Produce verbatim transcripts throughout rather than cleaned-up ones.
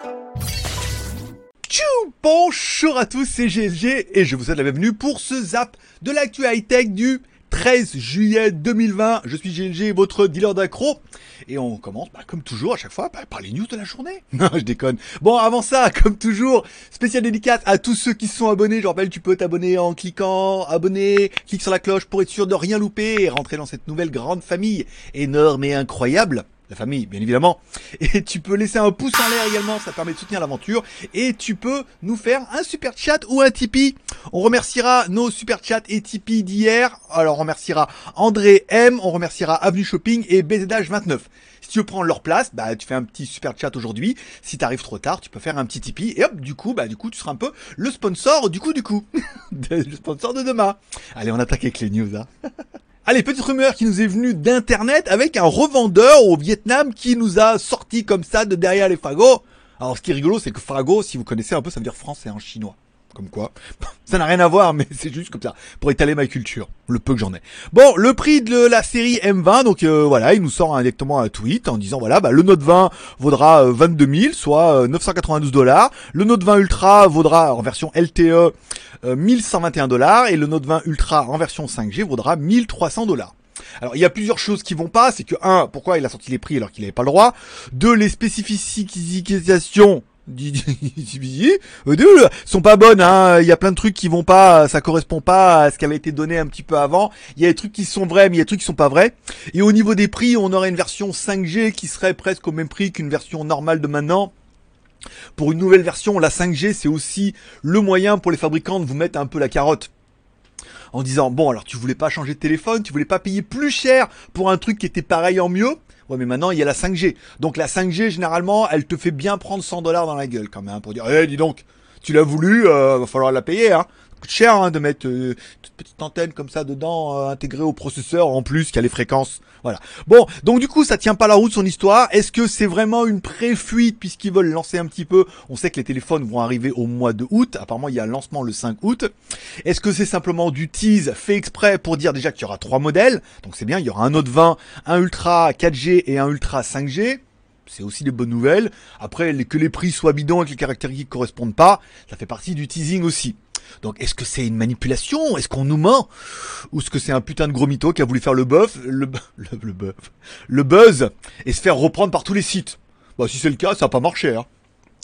Tchou, bonjour à tous, c'est G S G et je vous souhaite la bienvenue pour ce zap de l'actu high-tech du treize juillet deux mille vingt. Je suis G S G, votre dealer d'accro. Et on commence, bah, comme toujours, à chaque fois, bah, par les news de la journée. Non, je déconne. Bon, avant ça, comme toujours, spécial dédicace à tous ceux qui se sont abonnés. Je rappelle, tu peux t'abonner en cliquant abonner, clique sur la cloche pour être sûr de rien louper et rentrer dans cette nouvelle grande famille énorme et incroyable. La famille, bien évidemment. Et tu peux laisser un pouce en l'air également, ça permet de soutenir l'aventure. Et tu peux nous faire un super chat ou un Tipeee. On remerciera nos super chats et Tipeee d'hier. Alors on remerciera André M, on remerciera Avenue Shopping et B Z H vingt-neuf. Si tu veux prendre leur place, bah tu fais un petit super chat aujourd'hui. Si t'arrives trop tard, tu peux faire un petit Tipeee. Et hop, du coup, bah du coup, tu seras un peu le sponsor du coup du coup. Le sponsor de demain. Allez, on attaque avec les news, hein. Allez, petite rumeur qui nous est venue d'internet avec un revendeur au Vietnam qui nous a sorti comme ça de derrière les fagots. Alors ce qui est rigolo, c'est que fagot, si vous connaissez un peu, ça veut dire français en chinois. Comme quoi, ça n'a rien à voir, mais c'est juste comme ça, pour étaler ma culture, le peu que j'en ai. Bon, le prix de la série M vingt, donc euh, voilà, il nous sort directement un tweet en disant, voilà, bah, le Note vingt vaudra euh, vingt-deux mille, soit euh, neuf cent quatre-vingt-douze dollars. Le Note vingt Ultra vaudra, en version L T E, euh, mille cent vingt et un dollars. Et le Note vingt Ultra en version cinq G vaudra mille trois cents dollars. Alors, il y a plusieurs choses qui vont pas, c'est que, un, pourquoi il a sorti les prix alors qu'il n'avait pas le droit. Deux, les spécifications sont pas bonnes, hein. Il y a plein de trucs qui vont pas, ça correspond pas à ce qui avait été donné un petit peu avant. Il y a des trucs qui sont vrais, mais il y a des trucs qui sont pas vrais. Et au niveau des prix, on aurait une version cinq G qui serait presque au même prix qu'une version normale de maintenant. Pour une nouvelle version, la cinq G, c'est aussi le moyen pour les fabricants de vous mettre un peu la carotte. En disant, bon, alors tu voulais pas changer de téléphone, tu voulais pas payer plus cher pour un truc qui était pareil en mieux. Ouais, mais maintenant, il y a la cinq G. Donc, la cinq G, généralement, elle te fait bien prendre cent dollars dans la gueule, quand même, pour dire, eh, dis donc, tu l'as voulu, euh, va falloir la payer, hein. Ça coûte cher, hein, de mettre euh, toute petite antenne comme ça dedans, euh, intégrée au processeur, en plus, qui a les fréquences. Voilà. Bon, donc, du coup, ça tient pas la route, son histoire. Est-ce que c'est vraiment une pré-fuite, puisqu'ils veulent lancer un petit peu? On sait que les téléphones vont arriver au mois de août. Apparemment, il y a un lancement le cinq août. Est-ce que c'est simplement du tease fait exprès pour dire déjà qu'il y aura trois modèles? Donc, c'est bien, il y aura un Note vingt, un Ultra quatre G et un Ultra cinq G. C'est aussi des bonnes nouvelles. Après, que les prix soient bidons et que les caractéristiques correspondent pas, ça fait partie du teasing aussi. Donc, est-ce que c'est une manipulation? Est-ce qu'on nous ment? Ou est-ce que c'est un putain de gros mytho qui a voulu faire le buzz, le, le, le buzz, le buzz, et se faire reprendre par tous les sites? Bah, si c'est le cas, ça n'a pas marché, hein.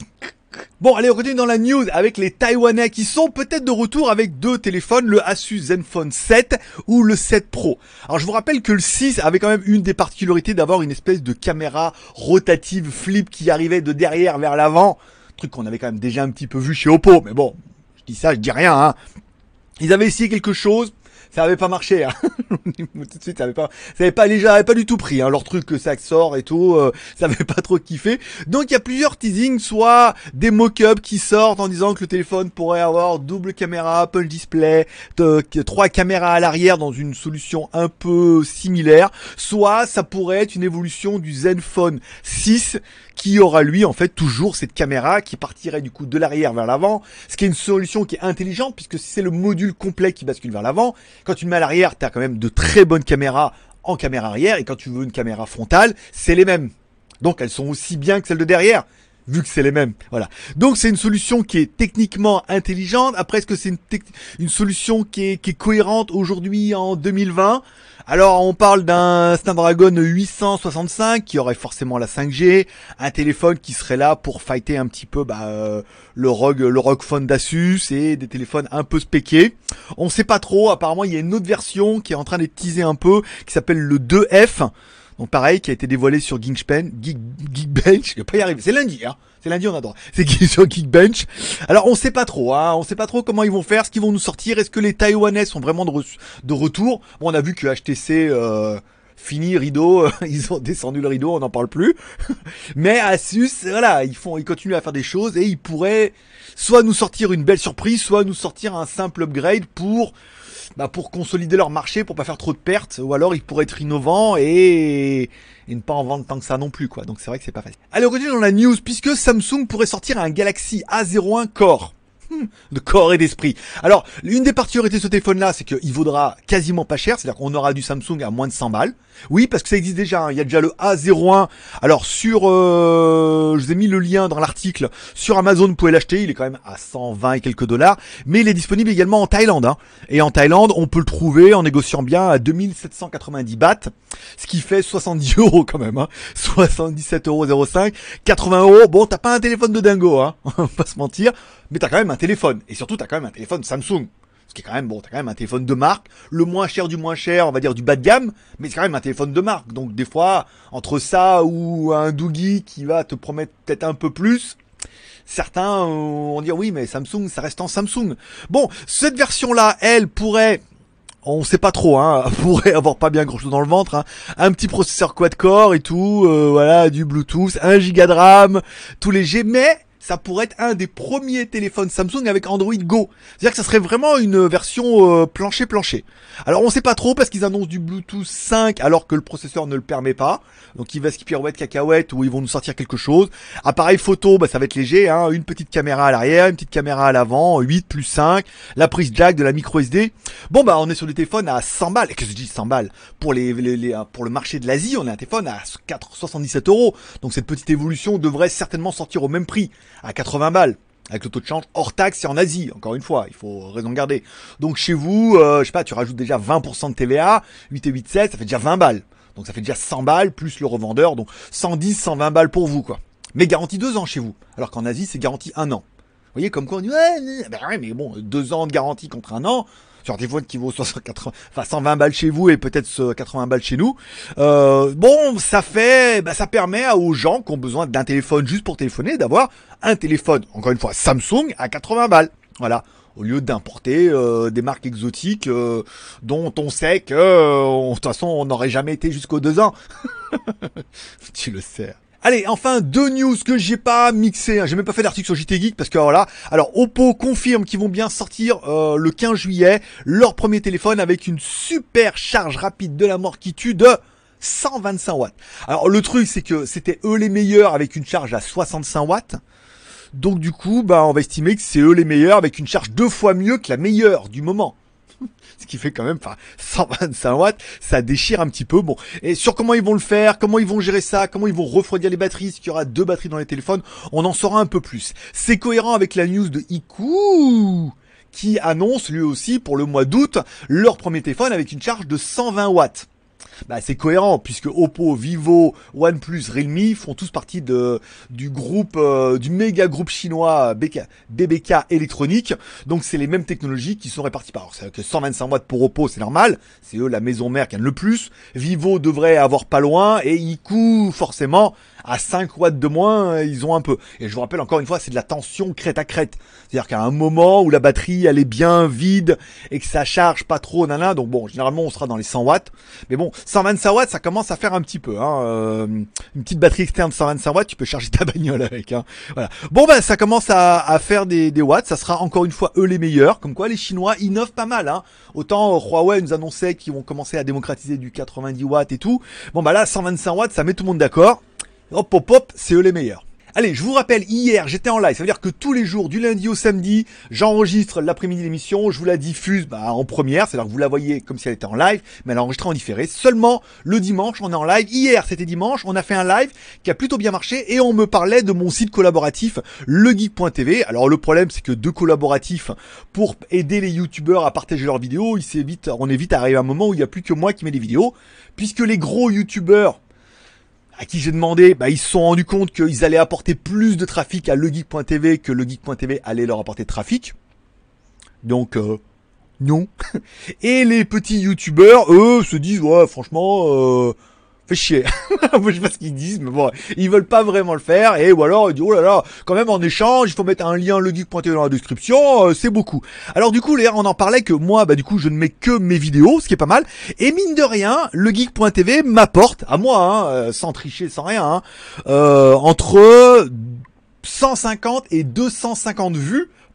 Bon, allez, on continue dans la news avec les Taïwanais qui sont peut-être de retour avec deux téléphones, le Asus Zenfone sept ou le sept Pro. Alors, je vous rappelle que le six avait quand même une des particularités d'avoir une espèce de caméra rotative flip qui arrivait de derrière vers l'avant. Truc qu'on avait quand même déjà un petit peu vu chez Oppo, mais bon, je dis ça, je dis rien, hein. Ils avaient essayé quelque chose. Ça avait pas marché, hein. Tout de suite, ça avait pas, ça avait pas déjà, ça avait pas du tout pris, hein. Leur truc que ça sort et tout, euh, ça avait pas trop kiffé. Donc, il y a plusieurs teasings, soit des mock-ups qui sortent en disant que le téléphone pourrait avoir double caméra, Apple Display, de, trois caméras à l'arrière dans une solution un peu similaire, soit ça pourrait être une évolution du Zenfone six qui aura lui en fait toujours cette caméra qui partirait du coup de l'arrière vers l'avant, ce qui est une solution qui est intelligente puisque si c'est le module complet qui bascule vers l'avant, quand tu le mets à l'arrière, tu as quand même de très bonnes caméras en caméra arrière et quand tu veux une caméra frontale, c'est les mêmes. Donc elles sont aussi bien que celles de derrière, vu que c'est les mêmes. Voilà. Donc c'est une solution qui est techniquement intelligente. Après, est-ce que c'est une, une solution qui est, qui est cohérente aujourd'hui en deux mille vingt? Alors on parle d'un Snapdragon huit cent soixante-cinq qui aurait forcément la cinq G, un téléphone qui serait là pour fighter un petit peu bah, euh, le R O G, le R O G Phone d'Asus et des téléphones un peu spéqués. On sait pas trop, apparemment il y a une autre version qui est en train d'être teasée un peu, qui s'appelle le deux F. Donc pareil, qui a été dévoilé sur Geekbench, Geek, Geekbench, je vais pas y arriver, c'est lundi, hein. C'est lundi, on a droit. C'est sur Geekbench. Alors, on sait pas trop, hein. On sait pas trop comment ils vont faire, ce qu'ils vont nous sortir. Est-ce que les Taïwanais sont vraiment de, re de retour? Bon, on a vu que H T C, euh, fini, rideau, ils ont descendu le rideau, on n'en parle plus. Mais Asus, voilà, ils font, ils continuent à faire des choses et ils pourraient soit nous sortir une belle surprise, soit nous sortir un simple upgrade pour, bah, pour consolider leur marché, pour pas faire trop de pertes, ou alors ils pourraient être innovants et, et ne pas en vendre tant que ça non plus, quoi. Donc c'est vrai que c'est pas facile. Allez, on continue dans la news, puisque Samsung pourrait sortir un Galaxy A zéro un Core. De corps et d'esprit. Alors, une des particularités de ce téléphone-là, c'est qu'il vaudra quasiment pas cher, c'est-à-dire qu'on aura du Samsung à moins de cent balles. Oui, parce que ça existe déjà, hein. Il y a déjà le A zéro un. Alors sur, euh, je vous ai mis le lien dans l'article, sur Amazon vous pouvez l'acheter, il est quand même à cent vingt et quelques dollars, mais il est disponible également en Thaïlande, hein. Et en Thaïlande, on peut le trouver en négociant bien à deux mille sept cent quatre-vingt-dix bahts, ce qui fait soixante-dix euros quand même, hein. soixante-dix-sept euros zéro cinq, quatre-vingts euros, bon t'as pas un téléphone de dingo, hein, on va pas se mentir, mais t'as quand même un téléphone, et surtout t'as quand même un téléphone Samsung. Ce qui est quand même, bon, t'as quand même un téléphone de marque, le moins cher du moins cher, on va dire du bas de gamme, mais c'est quand même un téléphone de marque. Donc des fois, entre ça ou un Doogie qui va te promettre peut-être un peu plus, certains vont dire oui, mais Samsung, ça reste en Samsung. Bon, cette version-là, elle pourrait... On sait pas trop, hein, pourrait avoir pas bien grand chose dans le ventre, hein. Un petit processeur quad-core et tout, euh, voilà, du Bluetooth, un giga de RAM, tout léger, mais... ça pourrait être un des premiers téléphones Samsung avec Android Go. C'est-à-dire que ça serait vraiment une version euh, plancher-plancher. Alors on sait pas trop parce qu'ils annoncent du Bluetooth cinq alors que le processeur ne le permet pas. Donc il va se pirouette cacahuète ou ils vont nous sortir quelque chose. Appareil photo, bah ça va être léger, hein. Une petite caméra à l'arrière, une petite caméra à l'avant, huit plus cinq, la prise jack, de la micro S D. Bon bah on est sur des téléphones à cent balles. Et qu'est-ce que je dis cent balles? Pour les, les, les pour le marché de l'Asie, on a un téléphone à soixante-dix-sept euros. Donc cette petite évolution devrait certainement sortir au même prix, à quatre-vingts balles. Avec le taux de change hors taxe et en Asie, encore une fois, il faut raison garder. Donc chez vous, euh, je sais pas, tu rajoutes déjà vingt pour cent de T V A, huit et huit, sept, ça fait déjà vingt balles. Donc ça fait déjà cent balles, plus le revendeur, donc cent dix, cent vingt balles pour vous, quoi. Mais garantie deux ans chez vous. Alors qu'en Asie, c'est garantie un an. Vous voyez, comme quoi on dit, ouais, ben ouais, mais bon, deux ans de garantie contre un an, sur un téléphone qui vaut soixante, quatre-vingts, enfin cent vingt balles chez vous et peut-être quatre-vingts balles chez nous. Euh, bon, ça fait, bah, ça permet aux gens qui ont besoin d'un téléphone juste pour téléphoner d'avoir un téléphone, encore une fois, Samsung à quatre-vingts balles. Voilà. Au lieu d'importer euh, des marques exotiques euh, dont on sait que, euh, de toute façon, on n'aurait jamais été jusqu'aux deux ans. Tu le sais. Allez, enfin, deux news que j'ai pas mixé, hein. J'ai même pas fait d'article sur J T Geek parce que voilà. Alors, Oppo confirme qu'ils vont bien sortir euh, le quinze juillet leur premier téléphone avec une super charge rapide de la mort qui tue de cent vingt-cinq watts. Alors, le truc, c'est que c'était eux les meilleurs avec une charge à soixante-cinq watts. Donc, du coup, bah, on va estimer que c'est eux les meilleurs avec une charge deux fois mieux que la meilleure du moment. Ce qui fait quand même, enfin, cent vingt-cinq watts, ça déchire un petit peu. Bon, et sur comment ils vont le faire, comment ils vont gérer ça, comment ils vont refroidir les batteries, est-ce qu'il y aura deux batteries dans les téléphones, on en saura un peu plus. C'est cohérent avec la news de Iku, qui annonce lui aussi pour le mois d'août leur premier téléphone avec une charge de cent vingt watts. Bah, c'est cohérent puisque Oppo, Vivo, OnePlus, Realme font tous partie de du groupe euh, du méga groupe chinois B K, B B K Électronique. Donc c'est les mêmes technologies qui sont réparties par. Alors, c'est que cent vingt-cinq watts pour Oppo, c'est normal, c'est eux la maison mère qui gagne le plus. Vivo devrait avoir pas loin et Iku forcément à cinq watts de moins, ils ont un peu. Et je vous rappelle encore une fois, c'est de la tension crête à crête. C'est-à-dire qu'à un moment où la batterie elle est bien vide et que ça charge pas trop, nana. Donc bon, généralement on sera dans les cent watts. Mais bon, cent vingt-cinq watts, ça commence à faire un petit peu. Hein. Euh, une petite batterie externe de cent vingt-cinq watts, tu peux charger ta bagnole avec. Hein. Voilà. Bon ben, ça commence à, à faire des, des watts. Ça sera encore une fois eux les meilleurs. Comme quoi, les Chinois innovent pas mal. Hein. Autant euh, Huawei nous annonçait qu'ils vont commencer à démocratiser du quatre-vingt-dix watts et tout. Bon ben là, cent vingt-cinq watts, ça met tout le monde d'accord. Hop hop hop, c'est eux les meilleurs. Allez, je vous rappelle, hier, j'étais en live. Ça veut dire que tous les jours, du lundi au samedi, j'enregistre l'après-midi l'émission, je vous la diffuse bah, en première. C'est-à-dire que vous la voyez comme si elle était en live, mais elle est enregistrée en différé. Seulement, le dimanche, on est en live. Hier, c'était dimanche, on a fait un live qui a plutôt bien marché et on me parlait de mon site collaboratif, legeek point t v. Alors, le problème, c'est que deux collaboratifs pour aider les youtubeurs à partager leurs vidéos, il s'est vite, on est vite arrivé à un moment où il n'y a plus que moi qui mets des vidéos, puisque les gros youtubeurs à qui j'ai demandé, bah, ils se sont rendus compte qu'ils allaient apporter plus de trafic à legeek point t v que legeek point t v allait leur apporter de trafic. Donc, euh, non. Et les petits youtubeurs, eux, se disent, ouais, franchement, euh, fait chier. Je sais pas ce qu'ils disent, mais bon, ils veulent pas vraiment le faire. Et ou alors, ils disent, oh là là, quand même, en échange, il faut mettre un lien legeek point t v dans la description, euh, c'est beaucoup. Alors du coup, les, on en parlait que moi, bah du coup, je ne mets que mes vidéos, ce qui est pas mal. Et mine de rien, legeek point t v m'apporte, à moi, hein, euh, sans tricher, sans rien, hein, euh, entre cent cinquante et deux cent cinquante vues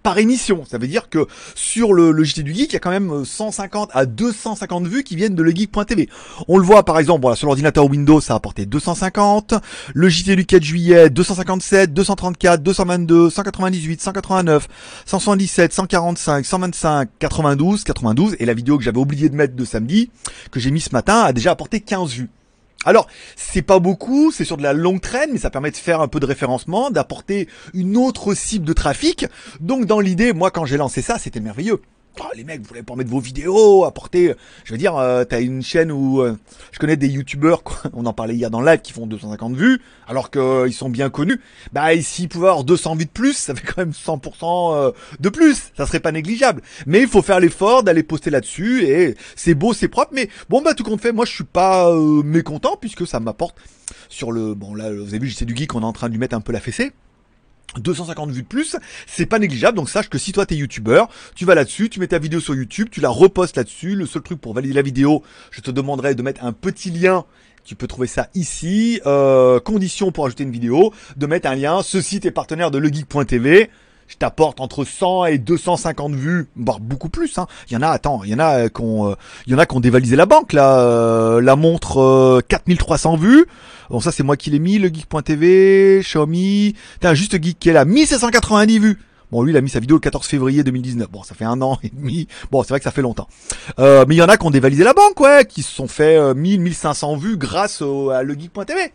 par émission. Ça veut dire que sur le, le J T du Geek, il y a quand même cent cinquante à deux cent cinquante vues qui viennent de legeek point t v. On le voit par exemple, voilà, sur l'ordinateur Windows, ça a apporté deux cent cinquante. Le J T du quatre juillet, deux cent cinquante-sept, deux cent trente-quatre, deux cent vingt-deux, cent quatre-vingt-dix-huit, cent quatre-vingt-neuf, cent soixante-dix-sept, cent quarante-cinq, cent vingt-cinq, quatre-vingt-douze, quatre-vingt-douze. Et la vidéo que j'avais oublié de mettre de samedi, que j'ai mis ce matin, a déjà apporté quinze vues. Alors, c'est pas beaucoup, c'est sur de la longue traîne, mais ça permet de faire un peu de référencement, d'apporter une autre cible de trafic. Donc dans l'idée, moi quand j'ai lancé ça, c'était merveilleux. Oh, les mecs, vous voulez pas mettre vos vidéos, apporter, je veux dire, euh, t'as une chaîne où euh, je connais des youtubeurs, quoi, on en parlait hier dans le live, qui font deux cent cinquante vues, alors qu'ils euh, sont bien connus. Bah, s'ils pouvaient avoir deux cents vues de plus, ça fait quand même cent pour cent euh, de plus, ça serait pas négligeable. Mais il faut faire l'effort d'aller poster là-dessus, et c'est beau, c'est propre, mais bon, bah, tout compte fait, moi, je suis pas euh, mécontent, puisque ça m'apporte sur le, bon, là, vous avez vu, J T du Geek, on est en train de lui mettre un peu la fessée. deux cent cinquante vues de plus, c'est pas négligeable, donc sache que si toi t'es youtubeur, tu vas là-dessus, tu mets ta vidéo sur YouTube, tu la repostes là-dessus, le seul truc pour valider la vidéo, je te demanderai de mettre un petit lien, tu peux trouver ça ici, euh, condition pour ajouter une vidéo, de mettre un lien, ce site est partenaire de legeek point t v, je t'apporte entre cent et deux cent cinquante vues, voire beaucoup plus, hein. Il y en a, attends, il y en a qui ont, euh, il y en a qui ont dévalisé la banque, là, euh, la montre, euh, quatre mille trois cents vues. Bon, ça, c'est moi qui l'ai mis, le geek point t v, Xiaomi. T'as juste Geek qui est là, mille sept cent quatre-vingt-dix vues. Bon, lui, il a mis sa vidéo le quatorze février deux mille dix-neuf. Bon, ça fait un an et demi. Bon, c'est vrai que ça fait longtemps. Euh, mais il y en a qui ont dévalisé la banque, ouais, qui se sont fait euh, mille, mille cinq cents vues grâce au, à le geek point t v.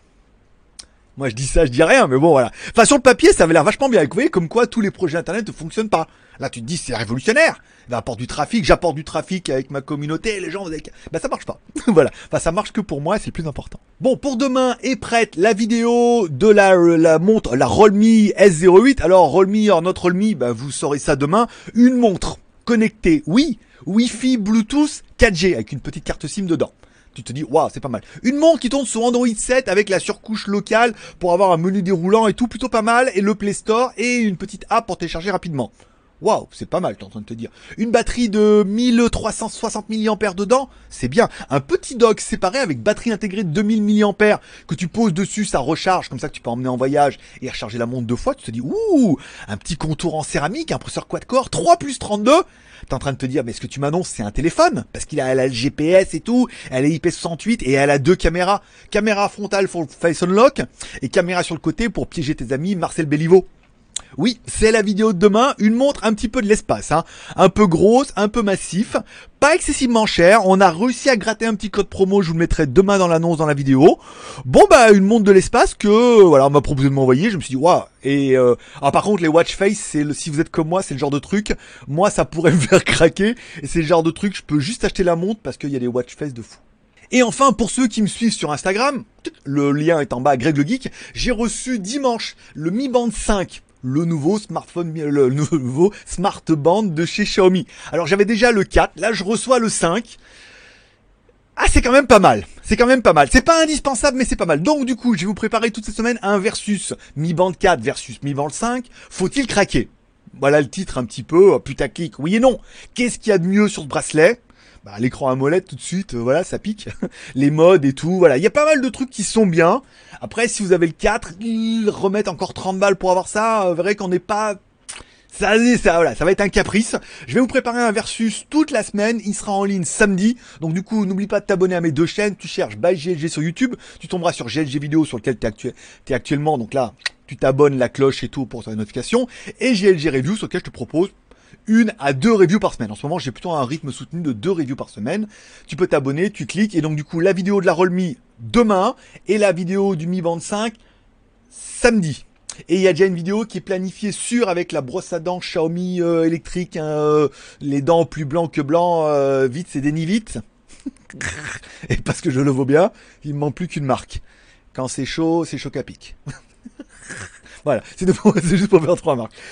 Moi, je dis ça, je dis rien, mais bon, voilà. Enfin, sur le papier, ça avait l'air vachement bien. Vous voyez, comme quoi tous les projets internet ne fonctionnent pas. Là, tu te dis, c'est révolutionnaire. Ben, apporte du trafic, j'apporte du trafic avec ma communauté, les gens, avec... ben, ça marche pas. Voilà. Enfin, ça marche que pour moi, c'est le plus important. Bon, pour demain est prête la vidéo de la, la montre, la Realme S zéro huit. Alors, Realme, or notre Realme, ben, vous saurez ça demain. Une montre connectée, oui, Wi-Fi, Bluetooth, quatre G, avec une petite carte SIM dedans. Tu te dis, waouh, c'est pas mal. Une montre qui tourne sur Android sept avec la surcouche locale pour avoir un menu déroulant et tout, plutôt pas mal. Et le Play Store et une petite app pour télécharger rapidement. Waouh, c'est pas mal, t'es en train de te dire. Une batterie de mille trois cent soixante milliampères dedans, c'est bien. Un petit dock séparé avec batterie intégrée de deux mille milliampères que tu poses dessus, ça recharge, comme ça que tu peux emmener en voyage et recharger la montre deux fois. Tu te dis, ouh, un petit contour en céramique, un processeur quad-core, trois plus trente-deux. T'es en train de te dire, mais ce que tu m'annonces, c'est un téléphone, parce qu'il a, elle a le G P S et tout, elle est I P soixante-huit et elle a deux caméras. Caméra frontale pour Face Unlock et caméra sur le côté pour piéger tes amis Marcel Béliveau. Oui, c'est la vidéo de demain, une montre un petit peu de l'espace, hein. Un peu grosse, un peu massif, pas excessivement cher, on a réussi à gratter un petit code promo, je vous le mettrai demain dans l'annonce dans la vidéo. Bon bah une montre de l'espace que voilà, on m'a proposé de m'envoyer, je me suis dit waouh. Et euh, alors par contre les watch face, c'est le, si vous êtes comme moi, c'est le genre de truc, moi ça pourrait me faire craquer, et c'est le genre de truc, je peux juste acheter la montre parce qu'il y a des watch face de fou. Et enfin, pour ceux qui me suivent sur Instagram, le lien est en bas, Greg le Geek, j'ai reçu dimanche le Mi Band cinq. Le nouveau smartphone, le nouveau smart band de chez Xiaomi. Alors j'avais déjà le quatre, là je reçois le cinq. Ah, c'est quand même pas mal. C'est quand même pas mal. C'est pas indispensable, mais c'est pas mal. Donc du coup, je vais vous préparer toute cette semaine un versus Mi Band quatre versus Mi Band cinq. Faut-il craquer? Voilà le titre un petit peu putaclic. Oui et non. Qu'est-ce qu'il y a de mieux sur ce bracelet? Bah, l'écran AMOLED tout de suite, euh, voilà, ça pique. Les modes et tout, voilà. Il y a pas mal de trucs qui sont bien. Après, si vous avez le quatre, ils remettent encore trente balles pour avoir ça. Vous verrez qu'on n'est pas... Ça, ça, voilà, ça va être un caprice. Je vais vous préparer un versus toute la semaine. Il sera en ligne samedi. Donc du coup, n'oublie pas de t'abonner à mes deux chaînes. Tu cherches by G L G sur YouTube. Tu tomberas sur G L G Vidéo sur lequel tu es actu actuellement. Donc là, tu t'abonnes, la cloche et tout pour ta notification. Et G L G Review sur lequel je te propose une à deux reviews par semaine. En ce moment, j'ai plutôt un rythme soutenu de deux reviews par semaine. Tu peux t'abonner, tu cliques, et donc du coup, la vidéo de la Realme demain, et la vidéo du Mi Band cinq samedi. Et il y a déjà une vidéo qui est planifiée sur avec la brosse à dents Xiaomi euh, électrique, hein, euh, les dents plus blancs que blancs, euh, vite c'est déni vite. Et parce que je le vaux bien, il me manque plus qu'une marque. Quand c'est chaud, c'est chaud qu'à pic. Voilà, c'est juste pour faire trois marques.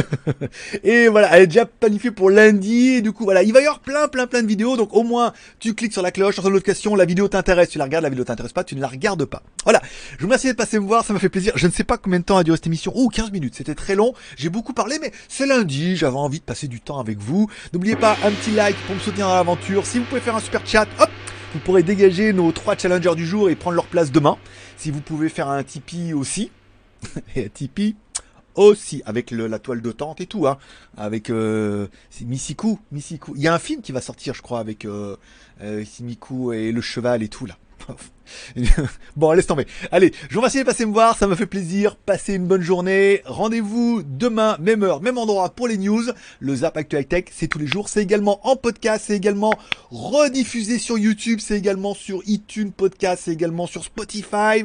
Et voilà, elle est déjà planifiée pour lundi. Et du coup, voilà, il va y avoir plein, plein, plein de vidéos. Donc au moins, tu cliques sur la cloche, sur notification, la vidéo t'intéresse, tu la regardes, la vidéo t'intéresse pas, tu ne la regardes pas. Voilà, je vous remercie d'être passé me voir, ça m'a fait plaisir. Je ne sais pas combien de temps a duré cette émission. Oh, quinze minutes, c'était très long. J'ai beaucoup parlé, mais c'est lundi, j'avais envie de passer du temps avec vous. N'oubliez pas un petit like pour me soutenir dans l'aventure. Si vous pouvez faire un super chat, hop, vous pourrez dégager nos trois challengers du jour et prendre leur place demain. Si vous pouvez faire un Tipeee aussi. Et à Tipeee, aussi, avec le, la toile de tente et tout, hein. Avec euh, c'est Missiku, Missiku. Il y a un film qui va sortir, je crois, avec euh, euh, Miku et le cheval et tout là. Bon, laisse tomber. Allez, je vous remercie de passer me voir, ça me fait plaisir. Passez une bonne journée. Rendez-vous demain, même heure, même endroit pour les news. Le Zap Actual Tech, c'est tous les jours. C'est également en podcast, c'est également rediffusé sur YouTube, c'est également sur iTunes Podcast, c'est également sur Spotify.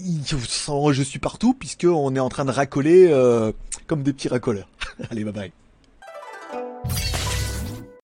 Je suis partout puisque on est en train de racoler euh, comme des petits racoleurs. Allez, bye bye.